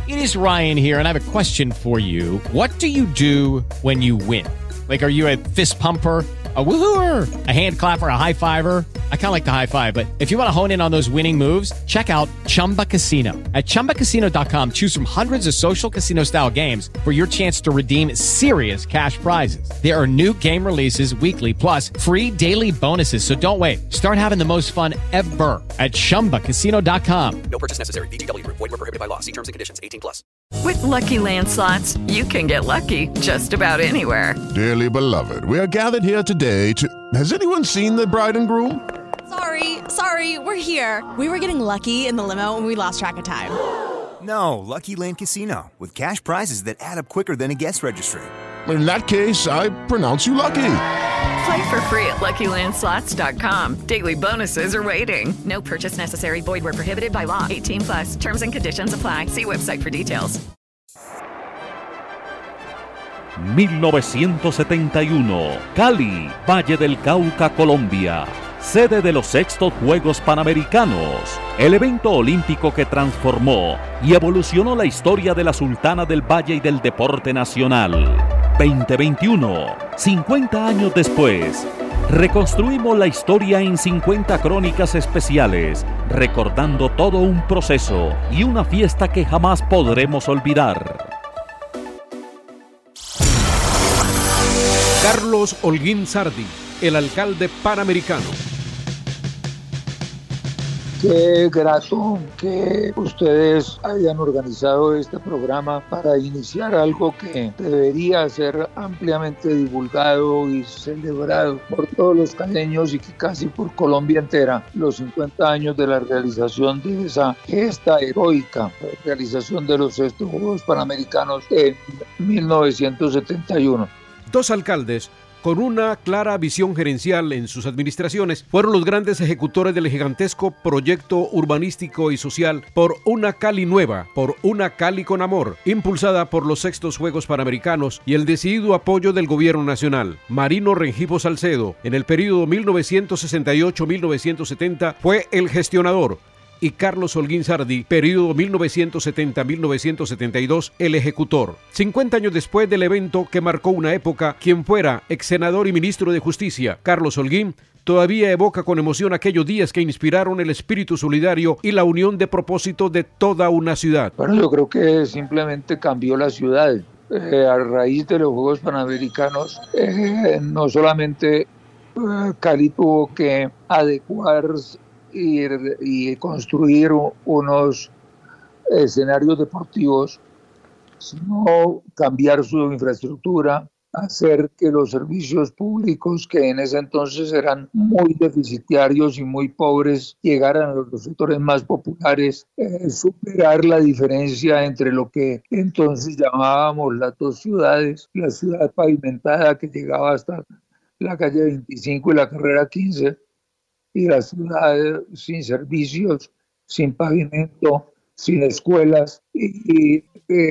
It is Ryan here, and I have a question for you. What do you do when you win? Like, are you a fist pumper, a woohooer, a hand clapper, a high fiver? I kind of like the high five, but if you want to hone in on those winning moves, check out Chumba Casino. At ChumbaCasino.com, choose from hundreds of social casino-style games for your chance to redeem serious cash prizes. There are new game releases weekly, plus free daily bonuses. So don't wait. Start having the most fun ever at ChumbaCasino.com. No purchase necessary. VGW Group. Void where prohibited by law. See terms and conditions. 18+. With Lucky Land Slots, you can get lucky just about anywhere. Dearly beloved, we are gathered here today to... Has anyone seen the bride and groom? Sorry, we're here. We were getting lucky in the limo and we lost track of time. No, Lucky Land Casino, with cash prizes that add up quicker than a guest registry. In that case, I pronounce you lucky. Play for free at LuckyLandSlots.com. Daily bonuses are waiting. No purchase necessary. Void where prohibited by law. 18+. Terms and conditions apply. See website for details. 1971, Cali, Valle del Cauca, Colombia. Sede de los sextos Juegos Panamericanos, el evento olímpico que transformó y evolucionó la historia de la Sultana del Valle y del deporte nacional. 2021, 50 años después, reconstruimos la historia en 50 crónicas especiales, recordando todo un proceso y una fiesta que jamás podremos olvidar. Carlos Holguín Sardi, el alcalde panamericano. Qué grato que ustedes hayan organizado este programa para iniciar algo que debería ser ampliamente divulgado y celebrado por todos los caleños y que casi por Colombia entera, los 50 años de la realización de esa gesta heroica, la realización de los sextos Juegos Panamericanos en 1971. Dos alcaldes con una clara visión gerencial en sus administraciones, fueron los grandes ejecutores del gigantesco proyecto urbanístico y social por una Cali nueva, por una Cali con amor, impulsada por los sextos Juegos Panamericanos y el decidido apoyo del gobierno nacional. Marino Rengifo Salcedo, en el periodo 1968-1970, fue el gestionador, y Carlos Holguín Sardi, periodo 1970-1972, el ejecutor. 50 años después del evento que marcó una época, quien fuera ex senador y ministro de Justicia, Carlos Holguín, todavía evoca con emoción aquellos días que inspiraron el espíritu solidario y la unión de propósito de toda una ciudad. Bueno, yo creo que simplemente cambió la ciudad. A raíz de los Juegos Panamericanos, no solamente Cali tuvo que adecuarse y construir unos escenarios deportivos, sino cambiar su infraestructura, hacer que los servicios públicos, que en ese entonces eran muy deficitarios y muy pobres, llegaran a los sectores más populares, superar la diferencia entre lo que entonces llamábamos las dos ciudades, la ciudad pavimentada que llegaba hasta la calle 25 y la carrera 15, y la ciudad sin servicios, sin pavimento, sin escuelas y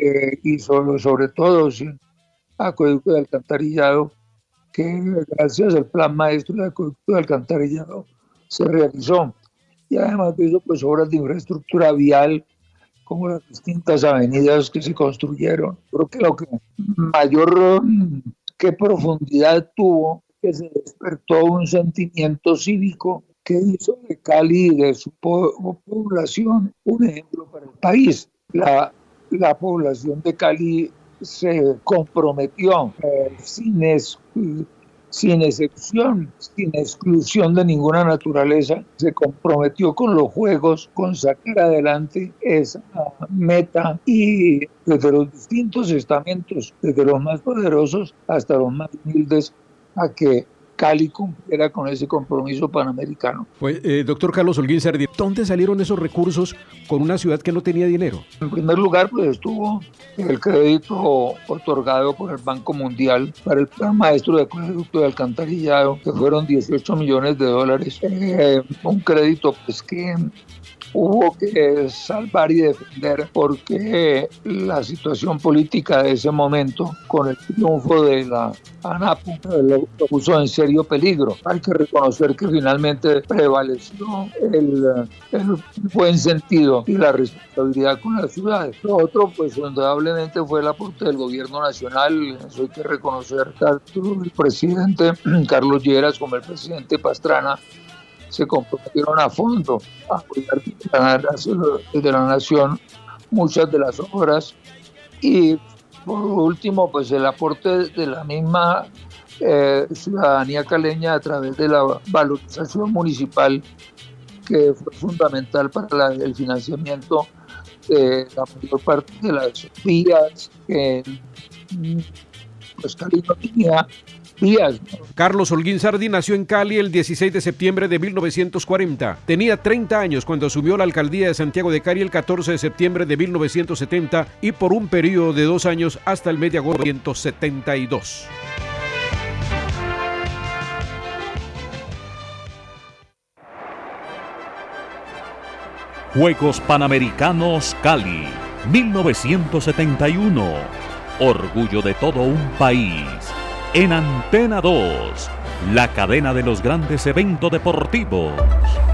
sobre todo sin acueducto de alcantarillado, que gracias al plan maestro de acueducto de alcantarillado se realizó. Y además de eso, pues obras de infraestructura vial, como las distintas avenidas que se construyeron. Creo que lo que mayor que profundidad tuvo, que se despertó un sentimiento cívico que hizo de Cali y de su población un ejemplo para el país. La población de Cali se comprometió sin excepción, sin exclusión de ninguna naturaleza, se comprometió con los Juegos, con sacar adelante esa meta, y desde los distintos estamentos, desde los más poderosos hasta los más humildes, a que Cali cumpliera con ese compromiso panamericano. Pues, doctor Carlos Holguín Sardi, ¿dónde salieron esos recursos con una ciudad que no tenía dinero? En primer lugar, pues estuvo el crédito otorgado por el Banco Mundial para el plan maestro de acueducto de alcantarillado, que fueron $18 millones. Un crédito pues que hubo que salvar y defender porque la situación política de ese momento, con el triunfo de la ANAPU, lo puso en serio peligro. Hay que reconocer que finalmente prevaleció el buen sentido y la responsabilidad con las ciudades. Lo otro, pues indudablemente fue el aporte del gobierno nacional. Eso hay que reconocer, tanto el presidente Carlos Lleras como el presidente Pastrana se comprometieron a fondo a apoyar desde la nación muchas de las obras. Y por último, pues el aporte de la misma ciudadanía caleña a través de la valorización municipal, que fue fundamental para el financiamiento de la mayor parte de las vías que pues Cali no tenía vías. Carlos Holguín Sardí nació en Cali el 16 de septiembre de 1940. Tenía 30 años cuando asumió la alcaldía de Santiago de Cali el 14 de septiembre de 1970 y por un periodo de 2 años hasta el mes de agosto de 1972. Juegos Panamericanos Cali, 1971. Orgullo de todo un país. En Antena 2, la cadena de los grandes eventos deportivos.